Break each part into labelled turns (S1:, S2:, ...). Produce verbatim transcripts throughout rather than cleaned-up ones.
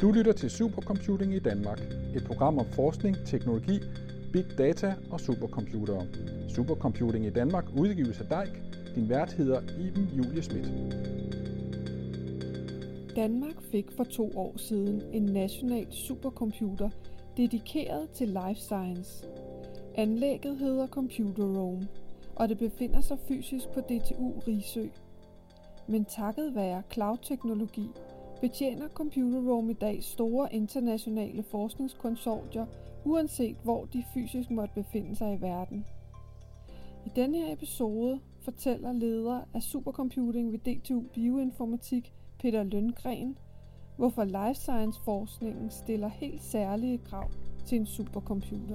S1: Du lytter til Supercomputing i Danmark, et program om forskning, teknologi, big data og supercomputere. Supercomputing i Danmark udgives af D E I C. Din vært hedder Iben Julie Schmidt.
S2: Danmark fik for to år siden en national supercomputer dedikeret til life science. Anlægget hedder Computer Roam, og det befinder sig fysisk på D T U Risø. Men takket være cloud-teknologi betjener Computer Roam i dag store internationale forskningskonsortier, uanset hvor de fysisk måtte befinde sig i verden. I denne her episode fortæller leder af supercomputing ved D T U Bioinformatik, Peter Løngren, hvorfor life science forskningen stiller helt særlige krav til en supercomputer.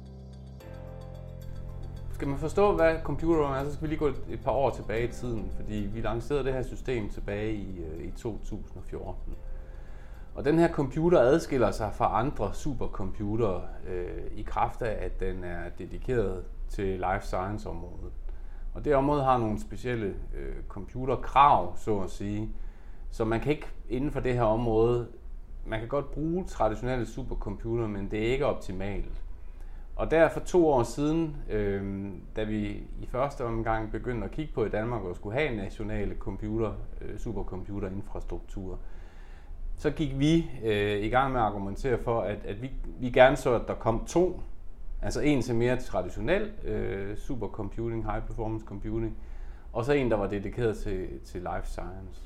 S3: Skal man forstå, hvad Computer Roam er, så skal vi lige gå et par år tilbage i tiden, fordi vi lancerede det her system tilbage i, i to tusind og fjorten. Og den her computer adskiller sig fra andre supercomputere øh, i kraft af, at den er dedikeret til life science-området. Og det område har nogle specielle øh, computerkrav, så at sige, så man kan ikke inden for det her område, man kan godt bruge traditionelle supercomputere, men det er ikke optimalt. Og der for to år siden, øh, da vi i første omgang begyndte at kigge på i Danmark og skulle have nationale computer, øh, supercomputerinfrastruktur, så gik vi øh, i gang med at argumentere for, at, at vi, vi gerne så, at der kom to, altså en til mere traditionel øh, supercomputing, high performance computing, og så en, der var dedikeret til, til life science.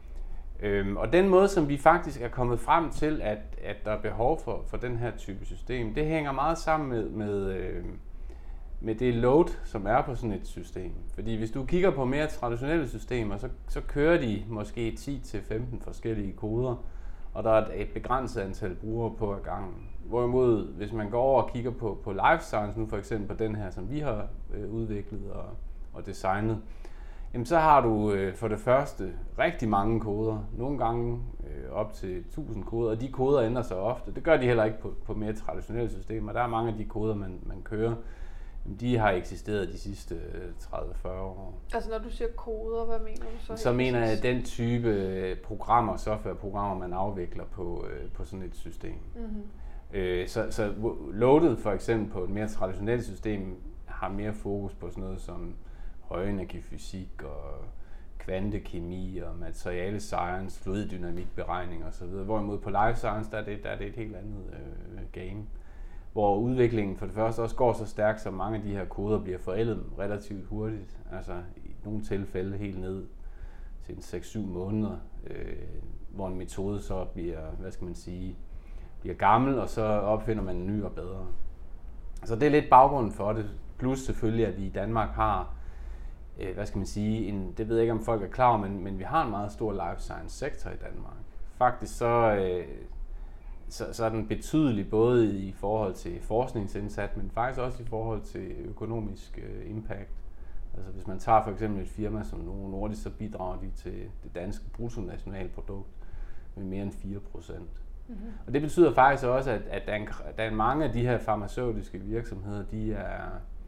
S3: Øhm, og den måde, som vi faktisk er kommet frem til, at, at der er behov for, for den her type system, det hænger meget sammen med, med, øh, med det load, som er på sådan et system. Fordi hvis du kigger på mere traditionelle systemer, så, så kører de måske ti til femten forskellige koder, og der er et begrænset antal brugere på ad gangen. Hvorimod, hvis man går over og kigger på, på life science, nu for eksempel på den her, som vi har øh, udviklet og, og designet, jamen så har du øh, for det første rigtig mange koder, nogle gange øh, op til tusind koder, og de koder ændrer sig ofte. Det gør de heller ikke på, på mere traditionelle systemer. Der er mange af de koder, man, man kører, jamen, de har eksisteret de sidste tredive til fyrre år.
S2: Altså når du siger koder, hvad mener du så?
S3: Så mener jeg den type programmer, softwareprogrammer, man afvikler på, øh, på sådan et system. Mm-hmm. Øh, så, så loadet for eksempel på et mere traditionelt system har mere fokus på sådan noget som højenergifysik og kvantekemi og materiale science, fluiddynamikberegning osv. Hvorimod på life science, der er det, der er det et helt andet øh, game. Hvor udviklingen for det første også går så stærkt, så mange af de her koder bliver forældet relativt hurtigt. Altså i nogle tilfælde helt ned til seks til syv måneder, øh, hvor en metode så bliver, hvad skal man sige, bliver gammel, og så opfinder man en ny og bedre. Så det er lidt baggrunden for det. Plus selvfølgelig, at vi i Danmark har hvad skal man sige, en, det ved jeg ikke, om folk er klar over, men, men vi har en meget stor life science sektor i Danmark. Faktisk så, øh, så, så er den betydelig både i forhold til forskningsindsats, men faktisk også i forhold til økonomisk øh, impact. Altså hvis man tager for eksempel et firma som Novo Nordisk, så bidrager de til det danske bruttonationalprodukt med mere end fire procent. Mm-hmm. Og det betyder faktisk også, at, at der, er, der er mange af de her farmaceutiske virksomheder, de er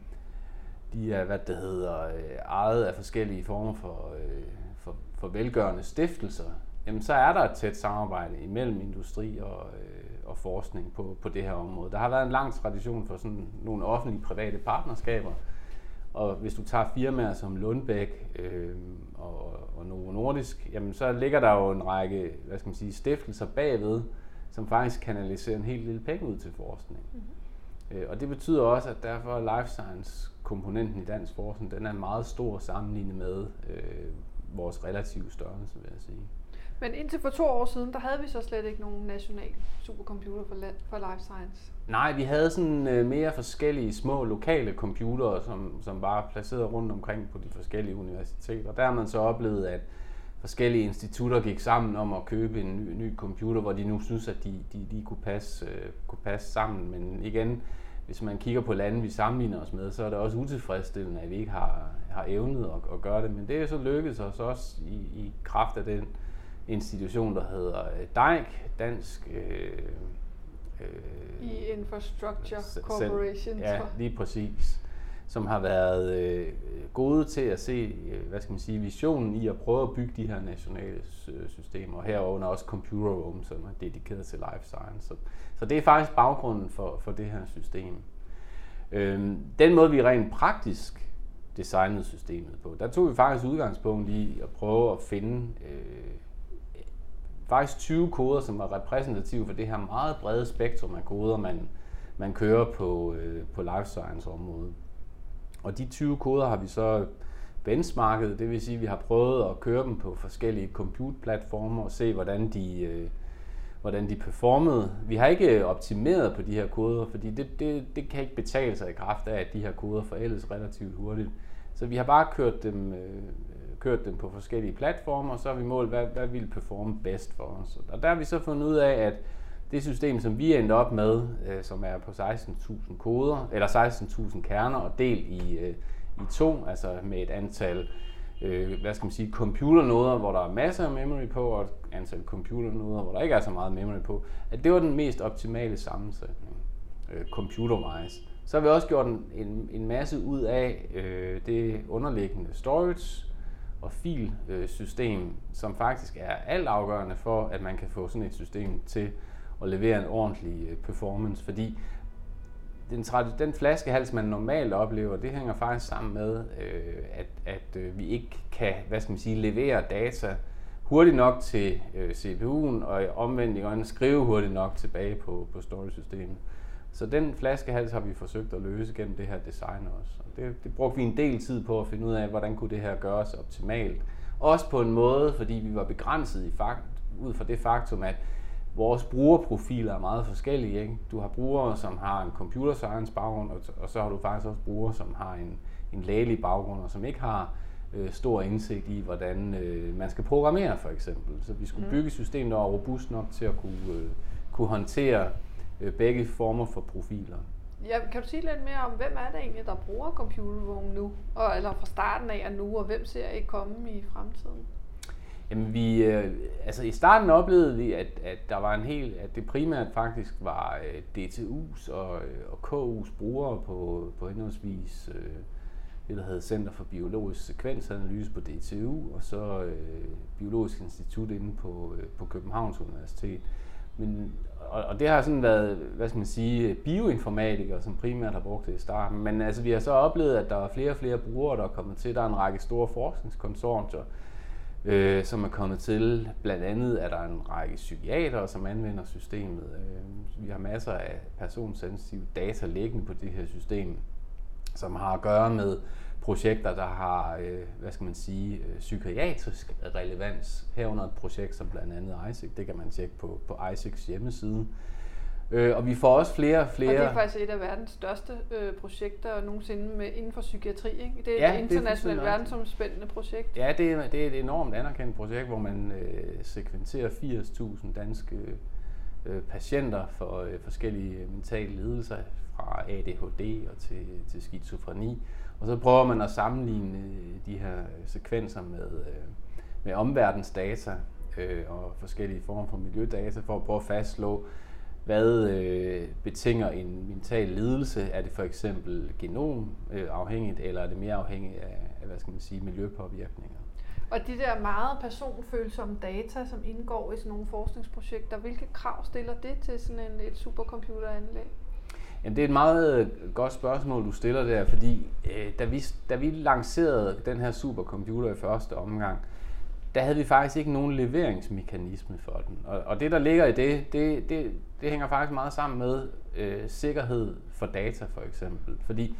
S3: De er, hvad det hedder, ejet af forskellige former for, for, for velgørende stiftelser. Jamen, så er der et tæt samarbejde imellem industri og, og forskning på, på det her område. Der har været en lang tradition for sådan nogle offentlige private partnerskaber. Og hvis du tager firmaer som Lundbeck øh, og, og Novo Nordisk, jamen, så ligger der jo en række, hvad skal man sige, stiftelser bagved, som faktisk kanaliserer en helt lille penge ud til forskning. Mm-hmm. Og det betyder også, at derfor life science-komponenten i dansk forskning, den er meget stor sammenlignet med øh, vores relative størrelse, vil jeg sige.
S2: Men indtil for to år siden, der havde vi så slet ikke nogen national supercomputer for, for life science?
S3: Nej, vi havde sådan øh, mere forskellige små lokale computere, som, som var placeret rundt omkring på de forskellige universiteter. Der har man så oplevet, at forskellige institutter gik sammen om at købe en ny, ny computer, hvor de nu synes, at de, de, de kunne, passe, øh, kunne passe sammen. Men igen, hvis man kigger på lande, vi sammenligner os med, så er det også utilfredsstillende, at vi ikke har, har evnet at, at gøre det. Men det er så lykkedes os også i, i kraft af den institution, der hedder D E I C, Dansk øh,
S2: øh, Infrastructure Corporation.
S3: Ja, lige præcis. som har været øh, gode til at se, øh, hvad skal man sige, visionen i at prøve at bygge de her nationale øh, systemer, og herunder også Computer Roam, som er dedikeret til life science. Så, så det er faktisk baggrunden for, for det her system. Øh, den måde, vi rent praktisk designede systemet på, der tog vi faktisk udgangspunkt i at prøve at finde øh, faktisk tyve koder, som var repræsentative for det her meget brede spektrum af koder, man, man kører på, øh, på life science-området. Og de tyve koder har vi så benchmarket, det vil sige, at vi har prøvet at køre dem på forskellige compute-platformer og se, hvordan de, øh, hvordan de performede. Vi har ikke optimeret på de her koder, fordi det, det, det kan ikke betale sig i kraft af, at de her koder forældes relativt hurtigt. Så vi har bare kørt dem, øh, kørt dem på forskellige platformer, og så har vi målt, hvad, hvad vil performe bedst for os. Og der har vi så fundet ud af, at det system, som vi endte op med, øh, som er på seksten tusind koder, eller seksten tusind kerner og delt i, øh, i to, altså med et antal øh, hvad skal man sige, computernoder, hvor der er masser af memory på, og et antal computernoder, hvor der ikke er så meget memory på, at det var den mest optimale sammensætning, øh, computer-wise. Så har vi også gjort en, en, en masse ud af øh, det underliggende storage og filsystem, øh, som faktisk er altafgørende for, at man kan få sådan et system til at levere en ordentlig øh, performance, fordi den, den flaskehals, man normalt oplever, det hænger faktisk sammen med, øh, at, at øh, vi ikke kan, hvad skal man sige, levere data hurtigt nok til øh, C P U'en, og omvendt ikke skrive hurtigt nok tilbage på, på storage-systemet. Så den flaskehals har vi forsøgt at løse gennem det her design også. Og det, det brugte vi en del tid på at finde ud af, hvordan kunne det her gøres optimalt. Også på en måde, fordi vi var begrænset i fakt, ud fra det faktum, at vores brugerprofiler er meget forskellige. Ikke? Du har brugere, som har en computer science baggrund, og, og så har du faktisk også brugere, som har en, en lægelig baggrund, og som ikke har øh, stor indsigt i, hvordan øh, man skal programmere for eksempel. Så vi skulle bygge et system, der var robust nok til at kunne, øh, kunne håndtere øh, begge former for profiler.
S2: Ja, kan du sige lidt mere om, hvem er det egentlig, der bruger Computer Roam nu? Og, eller fra starten af og nu, og hvem ser I komme i fremtiden?
S3: Jamen vi, øh, altså i starten oplevede vi, at, at der var en hel, at det primært faktisk var øh, D T U's og, og K U's brugere på, på henholdsvis øh, det, der hedder Center for Biologisk Sekvensanalyse på D T U, og så øh, Biologisk Institut inde på, øh, på Københavns Universitet. Men, og, og det har sådan været, hvad skal man sige, bioinformatikere, som primært har brugt det i starten. Men altså vi har så oplevet, at der er flere og flere brugere, der er kommet til. Der er en række store forskningskonsortier, Øh, som er kommet til. Blandt andet er der en række psykiatere, som anvender systemet. Øh, vi har masser af personsensitive data liggende på det her system, som har at gøre med projekter, der har, øh, hvad skal man sige, øh, psykiatrisk relevans. Herunder et projekt som blandt andet I S E C. Det kan man tjekke på, på I S E C's hjemmeside. Øh, og vi får også flere og flere...
S2: Og det er faktisk et af verdens største øh, projekter nogensinde med, inden for psykiatri, ikke? Det er
S3: ja,
S2: et internationalt verdensomspændende projekt.
S3: Ja, det er, det er et enormt anerkendt projekt, hvor man øh, sekventerer firs tusind danske øh, patienter for øh, forskellige mentale lidelser, fra A D H D og til, til skizofreni. Og så prøver man at sammenligne øh, de her sekvenser med, øh, med omverdensdata øh, og forskellige former for miljødata, for at prøve at fastslå, hvad øh, betinger en mental lidelse? Er det for eksempel genomafhængigt, øh, eller er det mere afhængigt af, af, hvad skal man sige, miljøpåvirkninger?
S2: Og de der meget personfølsomme data, som indgår i sådan nogle forskningsprojekter, hvilke krav stiller det til sådan en, et supercomputeranlæg?
S3: Jamen, det er et meget godt spørgsmål, du stiller der, fordi øh, da, vi, da vi lancerede den her supercomputer i første omgang, der havde vi faktisk ikke nogen leveringsmekanisme for den. Og, og det, der ligger i det, det, det, det hænger faktisk meget sammen med øh, sikkerhed for data, for eksempel. Fordi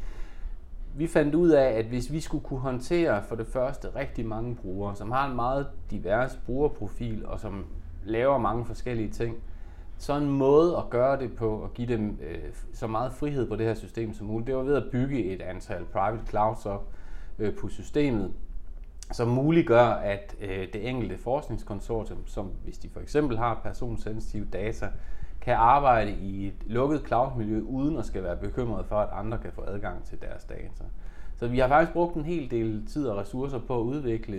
S3: vi fandt ud af, at hvis vi skulle kunne håndtere for det første rigtig mange brugere, som har en meget divers brugerprofil, og som laver mange forskellige ting, så en måde at gøre det på, at give dem øh, så meget frihed på det her system som muligt, det var ved at bygge et antal private clouds op øh, på systemet, som muliggør, at øh, det enkelte forskningskonsortium, som hvis de for eksempel har personsensitive data, kan arbejde i et lukket cloud-miljø, uden at skal være bekymret for, at andre kan få adgang til deres data. Så vi har faktisk brugt en hel del tid og ressourcer på at udvikle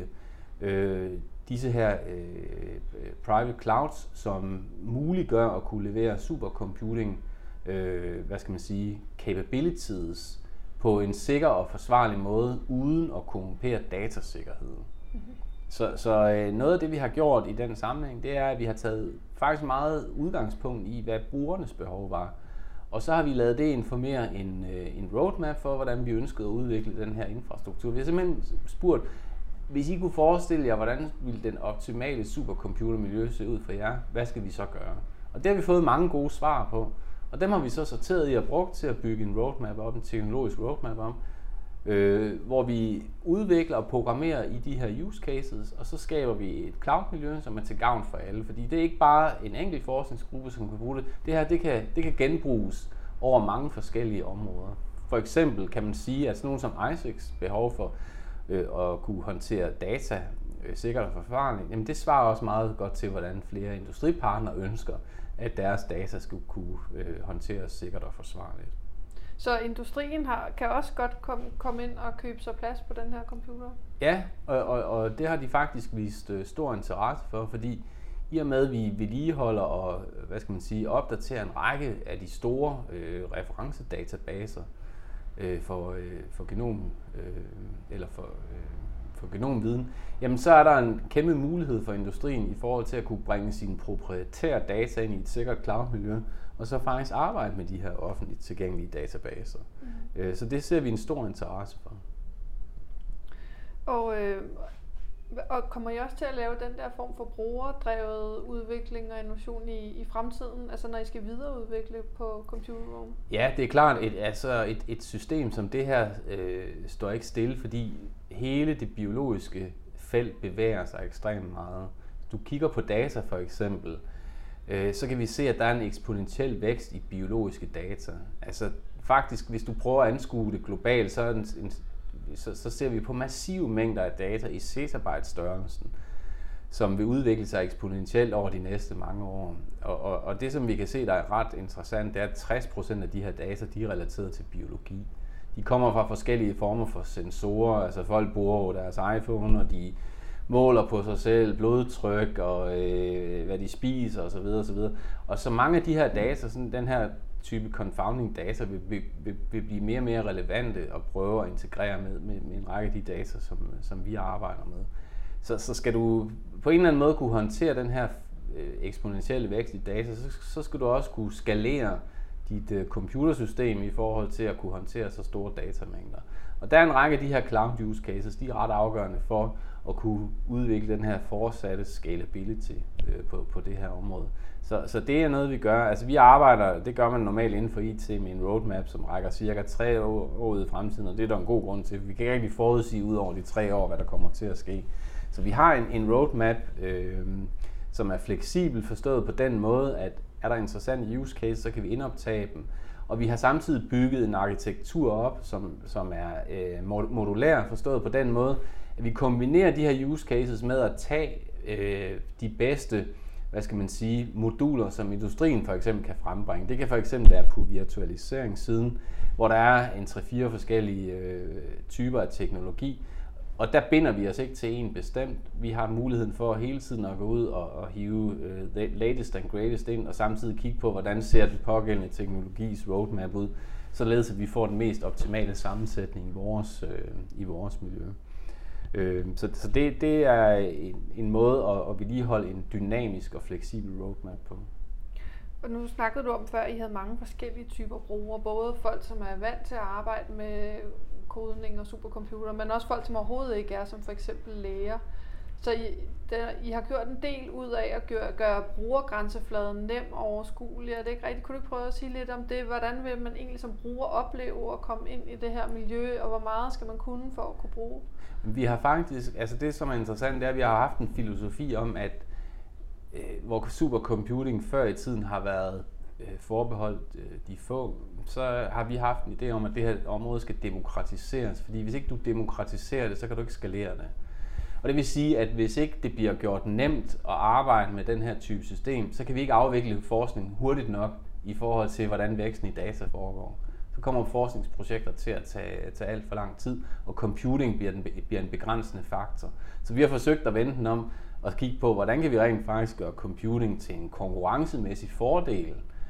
S3: øh, disse her øh, private clouds, som muliggør at kunne levere supercomputing, øh, hvad skal man sige, capabilities på en sikker og forsvarlig måde, uden at korrumpere datasikkerheden. Mm-hmm. Så, så øh, noget af det, vi har gjort i den sammenhæng, det er, at vi har taget faktisk meget udgangspunkt i, hvad brugernes behov var. Og så har vi lavet det informere en, øh, en roadmap for, hvordan vi ønskede at udvikle den her infrastruktur. Vi har simpelthen spurgt, hvis I kunne forestille jer, hvordan ville den optimale supercomputermiljø se ud for jer, hvad skal vi så gøre? Og det har vi fået mange gode svar på. Og dem har vi så sorteret i og brugt til at bygge en roadmap op, en teknologisk roadmap om, øh, hvor vi udvikler og programmerer i de her use cases, og så skaber vi et cloud-miljø, som er til gavn for alle. Fordi det er ikke bare en enkelt forskningsgruppe, som kan bruge det. Det her det kan, det kan genbruges over mange forskellige områder. For eksempel kan man sige, at sådan nogen som Isaacs behov for øh, at kunne håndtere data øh, sikkert og forsvarligt, jamen det svarer også meget godt til, hvordan flere industripartnere ønsker, at deres data skulle kunne øh, håndteres sikkert og forsvarligt.
S2: Så industrien har, kan også godt komme, komme ind og købe sig plads på den her computer?
S3: Ja, og, og, og det har de faktisk vist øh, stor interesse for, fordi i og med, at vi vedligeholder og hvad skal man sige, opdaterer en række af de store øh, referencedatabaser øh, for, øh, for genom øh, eller for, øh, for genomviden, jamen så er der en kæmpe mulighed for industrien i forhold til at kunne bringe sine proprietære data ind i et sikkert cloud-miljø, og så faktisk arbejde med de her offentligt tilgængelige databaser. Mm. Så det ser vi en stor interesse for.
S2: Og, øh, og kommer I også til at lave den der form for brugerdrevet udvikling og innovation i, i fremtiden, altså når I skal videreudvikle på Computer Room?
S3: Ja, det er klart, et, altså et, et system som det her øh, står ikke stille, fordi hele det biologiske felt bevæger sig ekstremt meget. Du kigger på data for eksempel, øh, så kan vi se, at der er en eksponentiel vækst i biologiske data. Altså faktisk, hvis du prøver at anskue det globalt, så, en, en, så, så ser vi på massive mængder af data i zettabyte-størrelsen, som vil udvikle sig eksponentielt over de næste mange år. Og, og, og det, som vi kan se, der er ret interessant, det er, at tres procent af de her data, de er relateret til biologi. De kommer fra forskellige former for sensorer, altså folk bruger deres iPhone, og de måler på sig selv, blodtryk og øh, hvad de spiser osv. osv. Og så mange af de her data, sådan den her type confounding data, vil, vil, vil, vil blive mere og mere relevante og prøve at integrere med, med, med en række af de data, som, som vi arbejder med. Så, så skal du på en eller anden måde kunne håndtere den her øh, eksponentielle vækst i data, så, så skal du også kunne skalere dit uh, computersystem i forhold til at kunne håndtere så store datamængder. Og der er en række af de her cloud use cases, de er ret afgørende for at kunne udvikle den her fortsatte scalability øh, på, på det her område. Så, så det er noget, vi gør. Altså vi arbejder, det gør man normalt inden for I T med en roadmap, som rækker cirka tre år, år ud i fremtiden, og det er der en god grund til. Vi kan ikke rigtig forudsige ud over de tre år, hvad der kommer til at ske. Så vi har en, en roadmap, øh, som er fleksibel forstået på den måde, at er der interessante use cases, så kan vi indoptage dem. Og vi har samtidig bygget en arkitektur op, som, som er øh, modulær forstået på den måde, at vi kombinerer de her use cases med at tage øh, de bedste, hvad skal man sige, moduler, som industrien for eksempel kan frembringe. Det kan for eksempel være på virtualiseringssiden, hvor der er en tre fire forskellige øh, typer af teknologi. Og der binder vi os ikke til en bestemt. Vi har muligheden for hele tiden at gå ud og, og hive uh, the latest and greatest ind, og samtidig kigge på, hvordan ser den pågældende teknologis roadmap ud, således at vi får den mest optimale sammensætning i vores, øh, i vores miljø. Øh, så så det, det er en, en måde at, at vedligeholde en dynamisk og fleksibel roadmap på.
S2: Og nu snakkede du om før, at I havde mange forskellige typer brugere, både folk, som er vant til at arbejde med kodning og supercomputer, men også folk, som overhovedet ikke er, som for eksempel læger. Så I, der, I har gjort en del ud af at gøre, gøre brugergrænsefladen nem og overskuelig. Er det ikke rigtigt? Kunne du prøve at sige lidt om det? Hvordan vil man egentlig som bruger opleve at komme ind i det her miljø, og hvor meget skal man kunne for at kunne bruge?
S3: Vi har faktisk, altså det som er interessant, det er, at vi har haft en filosofi om, at øh, hvor supercomputing før i tiden har været øh, forbeholdt øh, de få, så har vi haft en idé om, at det her område skal demokratiseres. Fordi hvis ikke du demokratiserer det, så kan du ikke skalere det. Og det vil sige, at hvis ikke det bliver gjort nemt at arbejde med den her type system, så kan vi ikke afvikle forskning hurtigt nok i forhold til, hvordan væksten i data foregår. Så kommer forskningsprojekter til at tage, tage alt for lang tid, og computing bliver, den, bliver en begrænsende faktor. Så vi har forsøgt at vende den om og kigge på, hvordan kan vi rent faktisk gøre computing til en konkurrencemæssig fordel,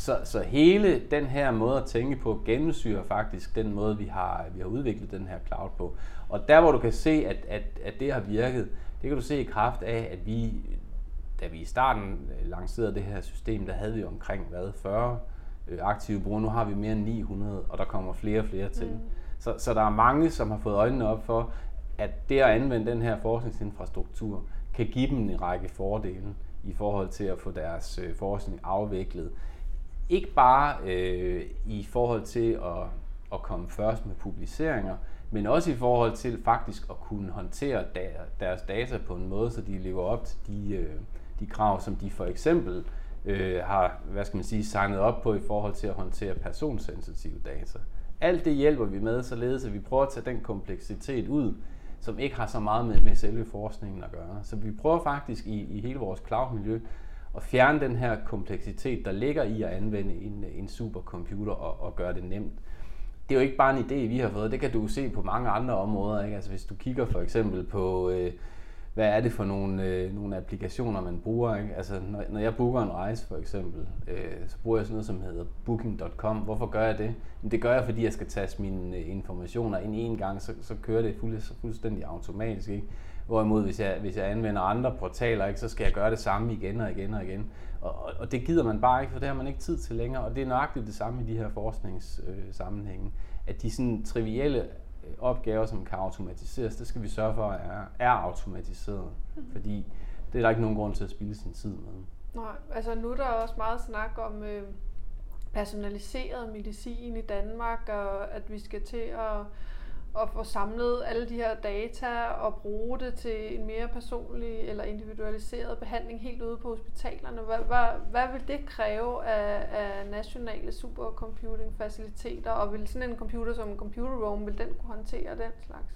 S3: Så, så hele den her måde at tænke på gennemsyrer faktisk den måde, vi har, vi har udviklet den her cloud på. Og der, hvor du kan se, at, at, at det har virket, det kan du se i kraft af, at vi, da vi i starten lancerede det her system, der havde vi omkring hvad, fyrre aktive brugere. Nu har vi mere end ni hundrede, og der kommer flere og flere til. Mm. Så, så der er mange, som har fået øjnene op for, at det at anvende den her forskningsinfrastruktur kan give dem en række fordele i forhold til at få deres øh, forskning afviklet. Ikke bare øh, i forhold til at, at komme først med publiceringer, men også i forhold til faktisk at kunne håndtere da, deres data på en måde, så de lever op til de, øh, de krav, som de for eksempel øh, har, hvad skal man sige, signet op på i forhold til at håndtere personsensitive data. Alt det hjælper vi med, således at vi prøver at tage den kompleksitet ud, som ikke har så meget med, med selve forskningen at gøre. Så vi prøver faktisk i, i hele vores cloud-miljø at fjerne den her kompleksitet, der ligger i at anvende en, en supercomputer og, og gøre det nemt. Det er jo ikke bare en idé, vi har fået. Det kan du se på mange andre områder. Ikke? Altså hvis du kigger for eksempel på, øh, hvad er det for nogle, øh, nogle applikationer, man bruger. Ikke? Altså når, når jeg booker en rejse for eksempel, øh, så bruger jeg sådan noget, som hedder booking punktum com. Hvorfor gør jeg det? Men det gør jeg, fordi jeg skal taste mine informationer ind en gang, så, så kører det fuld, fuldstændig automatisk. Ikke? Hvorimod, hvis jeg, hvis jeg anvender andre portaler, ikke, så skal jeg gøre det samme igen og igen og igen. Og, og det gider man bare ikke, for det har man ikke tid til længere. Og det er nøjagtigt det samme i de her forskningssammenhænge. Øh, at de sådan trivielle opgaver, som kan automatiseres, det skal vi sørge for er, er automatiseret. Mm. Fordi det er der ikke nogen grund til at spilde sin tid med.
S2: Nej, altså nu er der også meget snak om øh, personaliseret medicin i Danmark, og at vi skal til at og få samlet alle de her data og bruge det til en mere personlig eller individualiseret behandling helt ude på hospitalerne. Hvad, hvad, hvad vil det kræve af, af nationale supercomputing-faciliteter, og vil sådan en computer som en computer room, vil den kunne håndtere den slags?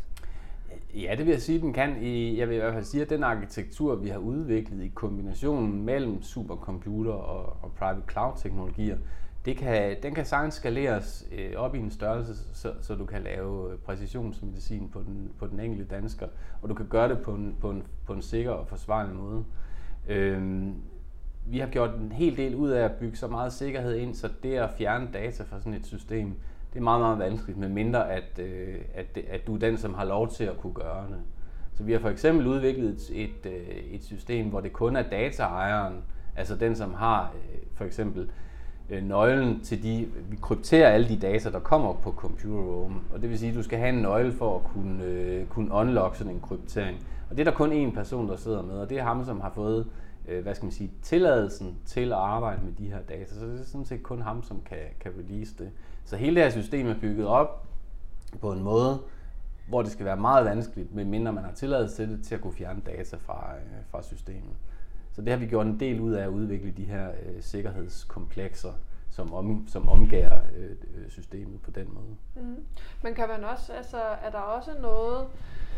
S3: Ja, det vil jeg sige, den kan. Jeg vil i hvert fald sige, at den arkitektur, vi har udviklet i kombinationen mellem supercomputer og, og private cloud-teknologier, Det kan, den kan sagtens skaleres øh, op i en størrelse, så, så du kan lave præcisionsmedicin på den, på den enkelte dansker, og du kan gøre det på en, på en, på en sikker og forsvarlig måde. Øhm, vi har gjort en hel del ud af at bygge så meget sikkerhed ind, så det at fjerne data fra sådan et system, det er meget, meget vanskeligt, med mindre at, øh, at, at du er den, som har lov til at kunne gøre det. Så vi har for eksempel udviklet et, et, et system, hvor det kun er dataejeren, altså den, som har øh, for eksempel nøglen til de, vi krypterer alle de data, der kommer på computer room, og det vil sige, at du skal have en nøgle for at kunne, øh, kunne unlock sådan en kryptering. Og det er der kun én person, der sidder med, og det er ham, som har fået, øh, hvad skal man sige, tilladelsen til at arbejde med de her data. Så det er sådan set kun ham, som kan, kan release det. Så hele det her system er bygget op på en måde, hvor det skal være meget vanskeligt, medmindre man har tilladelse til det, til at kunne fjerne data fra, øh, fra systemet. Så det har vi gjort en del ud af at udvikle de her øh, sikkerhedskomplekser, som, om, som omgærer øh, systemet på den måde.
S2: Mm. Men kan man også, altså, er der også noget,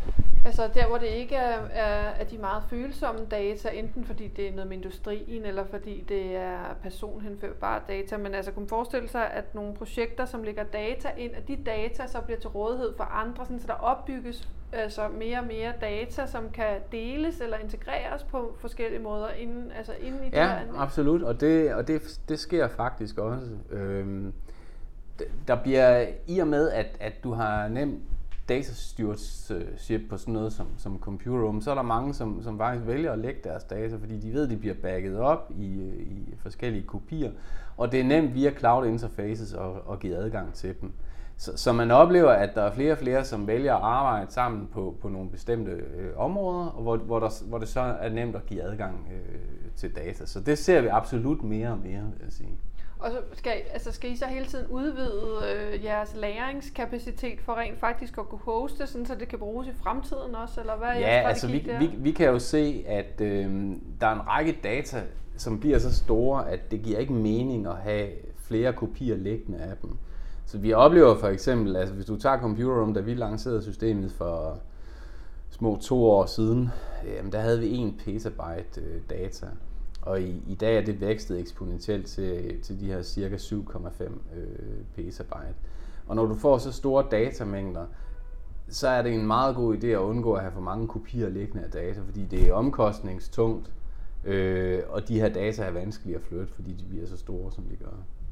S2: altså der hvor det ikke er, er, er de meget følsomme data, enten fordi det er noget med industrien, eller fordi det er personhenførbare data, men altså kunne man forestille sig, at nogle projekter, som lægger data ind, at de data så bliver til rådighed for andre, sådan, så der opbygges altså mere og mere data, som kan deles eller integreres på forskellige måder inden, altså inden i det
S3: ja,
S2: her anlæg?
S3: Ja, absolut, og det, og det, det sker faktisk også. Øhm, der bliver, i og med, at, at du har nemt data stewardship på sådan noget som, som computer room, så er der mange, som, som faktisk vælger at lægge deres data, fordi de ved, at de bliver backet op i, i forskellige kopier, og det er nemt via cloud interfaces at, at give adgang til dem. Så, så man oplever, at der er flere og flere, som vælger at arbejde sammen på, på nogle bestemte øh, områder, og hvor, hvor, der, hvor det så er nemt at give adgang øh, til data. Så det ser vi absolut mere og mere, vil jeg sige.
S2: Og så skal, altså skal I så hele tiden udvide øh, jeres lagringskapacitet for rent faktisk at kunne hoste, sådan, så det kan bruges i fremtiden også, eller hvad er
S3: ja,
S2: jeres
S3: altså
S2: strategi
S3: vi,
S2: der?
S3: vi, vi kan jo se, at øh, der er en række data, som bliver så store, at det giver ikke mening at have flere kopier liggende af dem. Så vi oplever for eksempel, altså hvis du tager Computer Room, da vi lancerede systemet for små to år siden, jamen der havde vi en petabyte øh, data. Og i, i dag er det vækstet eksponentielt til, til de her cirka syv komma fem øh, petabyte. Og når du får så store datamængder, så er det en meget god idé at undgå at have for mange kopier liggende af data, fordi det er omkostningstungt, øh, og de her data er vanskelige at flytte, fordi de bliver så store, som de gør.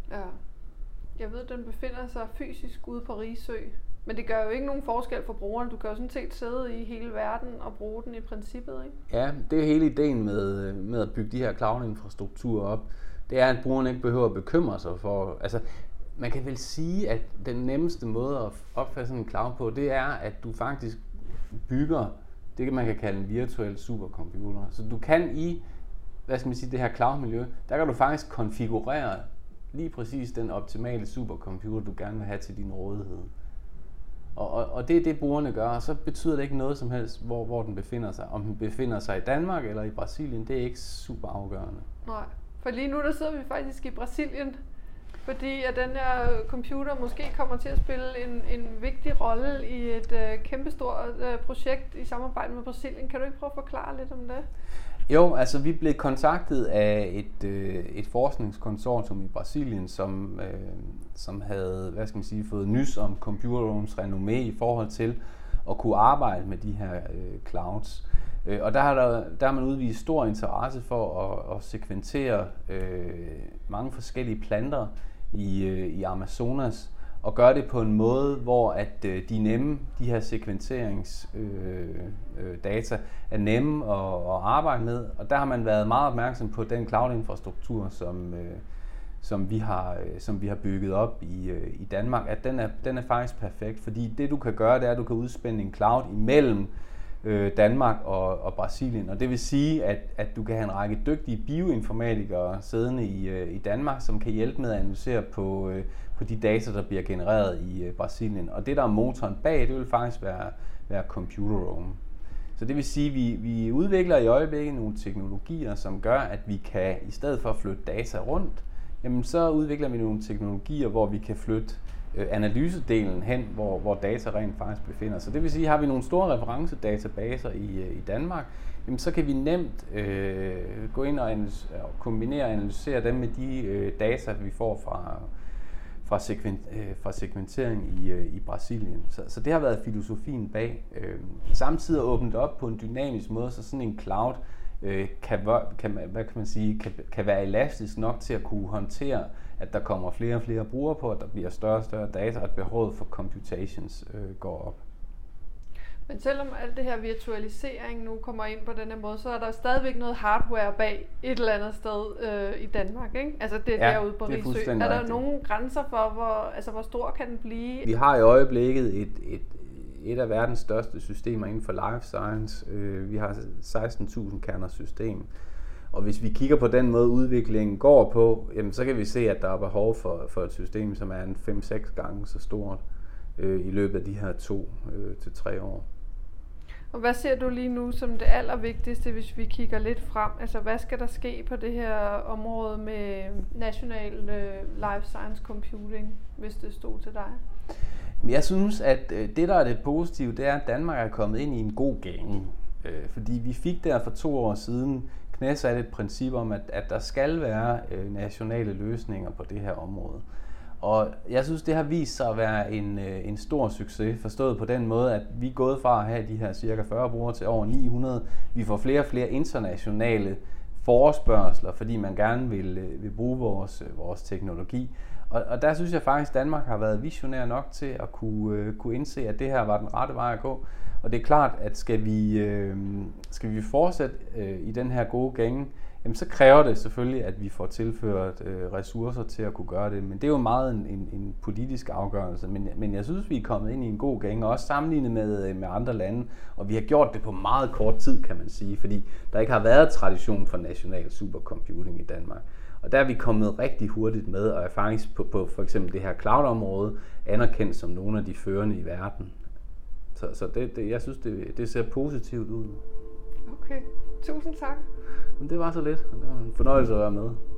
S2: Ja. Jeg ved, den befinder sig fysisk ude på Risø. Men det gør jo ikke nogen forskel for brugeren. Du kan jo sådan set sidde i hele verden og bruge den i princippet, ikke?
S3: Ja, det er hele ideen med, med at bygge de her cloud-infrastrukturer op. Det er, at brugeren ikke behøver at bekymre sig for... Altså, man kan vel sige, at den nemmeste måde at opfatte sådan en cloud på, det er, at du faktisk bygger det, man kan kalde en virtuel supercomputer. Så du kan i, hvad skal man sige, det her cloud-miljø, der kan du faktisk konfigurere lige præcis den optimale supercomputer, du gerne vil have til din rådighed. Og, og, og det er det, brugerne gør, og så betyder det ikke noget som helst, hvor, hvor den befinder sig. Om den befinder sig i Danmark eller i Brasilien, det er ikke super afgørende.
S2: Nej, for lige nu der sidder vi faktisk i Brasilien, fordi at den her computer måske kommer til at spille en, en vigtig rolle i et øh, kæmpestort øh, projekt i samarbejde med Brasilien. Kan du ikke prøve at forklare lidt om det?
S3: Jo, altså vi blev kontaktet af et, øh, et forskningskonsortium i Brasilien, som, øh, som havde, hvad skal man sige, fået nys om Computer Rooms renommé i forhold til at kunne arbejde med de her øh, clouds. Øh, og der har, der, der har man udvist stor interesse for at, at sekventere øh, mange forskellige planter i, øh, i Amazonas, og gøre det på en måde, hvor at øh, de er nemme, de her sekventeringsdata, øh, øh, er nemme at, at arbejde med. Og der har man været meget opmærksom på den cloud-infrastruktur, som, øh, som, vi har, øh, som vi har bygget op i, øh, i Danmark, at den er, den er faktisk perfekt. Fordi det du kan gøre, det er, at du kan udspænde en cloud imellem øh, Danmark og, og Brasilien. Og det vil sige, at, at du kan have en række dygtige bioinformatikere siddende i, øh, i Danmark, som kan hjælpe med at analysere på øh, på de data, der bliver genereret i øh, Brasilien. Og det, der er motoren bag, det vil faktisk være, være Computer Room. Så det vil sige, at vi, vi udvikler i øjeblikket nogle teknologier, som gør, at vi kan, i stedet for at flytte data rundt, jamen så udvikler vi nogle teknologier, hvor vi kan flytte øh, analysedelen hen, hvor, hvor data rent faktisk befinder sig. Det vil sige, har vi nogle store referencedatabaser i, øh, i Danmark, jamen så kan vi nemt øh, gå ind og, analys- og kombinere og analysere dem med de øh, data, vi får fra Fra, segment, øh, fra segmentering i, øh, i Brasilien. Så, så det har været filosofien bag. Øh, samtidig åbnet op på en dynamisk måde, så sådan en cloud øh, kan, kan, hvad kan, man sige, kan, kan være elastisk nok til at kunne håndtere, at der kommer flere og flere brugere på, at der bliver større og større data, og at behovet for computations øh, går op.
S2: Men selvom alt det her virtualisering nu kommer ind på den her måde, så er der stadigvæk noget hardware bag et eller andet sted øh, i Danmark, ikke? Altså det er ja, derude på Risø. Er der rigtigt. Nogle grænser for, hvor, altså, hvor stor kan den blive?
S3: Vi har i øjeblikket et, et, et af verdens største systemer inden for life science. Øh, vi har seksten tusind kerner system. Og hvis vi kigger på den måde, udviklingen går på, jamen, så kan vi se, at der er behov for, for et system, som er en fem seks gange så stort øh, i løbet af de her to øh, til tre år.
S2: Og hvad ser du lige nu som det allervigtigste, hvis vi kigger lidt frem? Altså, hvad skal der ske på det her område med national uh, life science computing, hvis det stod til dig?
S3: Jeg synes, at det, der er det positive, det er, at Danmark er kommet ind i en god gang. Fordi vi fik der for to år siden knæsat et princip om, at, at der skal være nationale løsninger på det her område. Og jeg synes, det har vist sig at være en, en stor succes, forstået på den måde, at vi er gået fra at have de her cirka fyrre brugere til over ni hundrede. Vi får flere og flere internationale forespørgsler, fordi man gerne vil, vil bruge vores, vores teknologi. Og, og der synes jeg faktisk, at Danmark har været visionær nok til at kunne, kunne indse, at det her var den rette vej at gå. Og det er klart, at skal vi, øh, skal vi fortsætte øh, i den her gode gang, jamen så kræver det selvfølgelig, at vi får tilført øh, ressourcer til at kunne gøre det. Men det er jo meget en, en, en politisk afgørelse. Men, men jeg synes, vi er kommet ind i en god gang, og også sammenlignet med, med andre lande. Og vi har gjort det på meget kort tid, kan man sige, fordi der ikke har været tradition for national supercomputing i Danmark. Og der er vi kommet rigtig hurtigt med, og er faktisk på, på for eksempel det her cloud-område anerkendt som nogle af de førende i verden. Så, så det, det, jeg synes, det, det ser positivt ud.
S2: Okay, tusind tak.
S3: Men det var så lidt, og det var en fornøjelse at være med.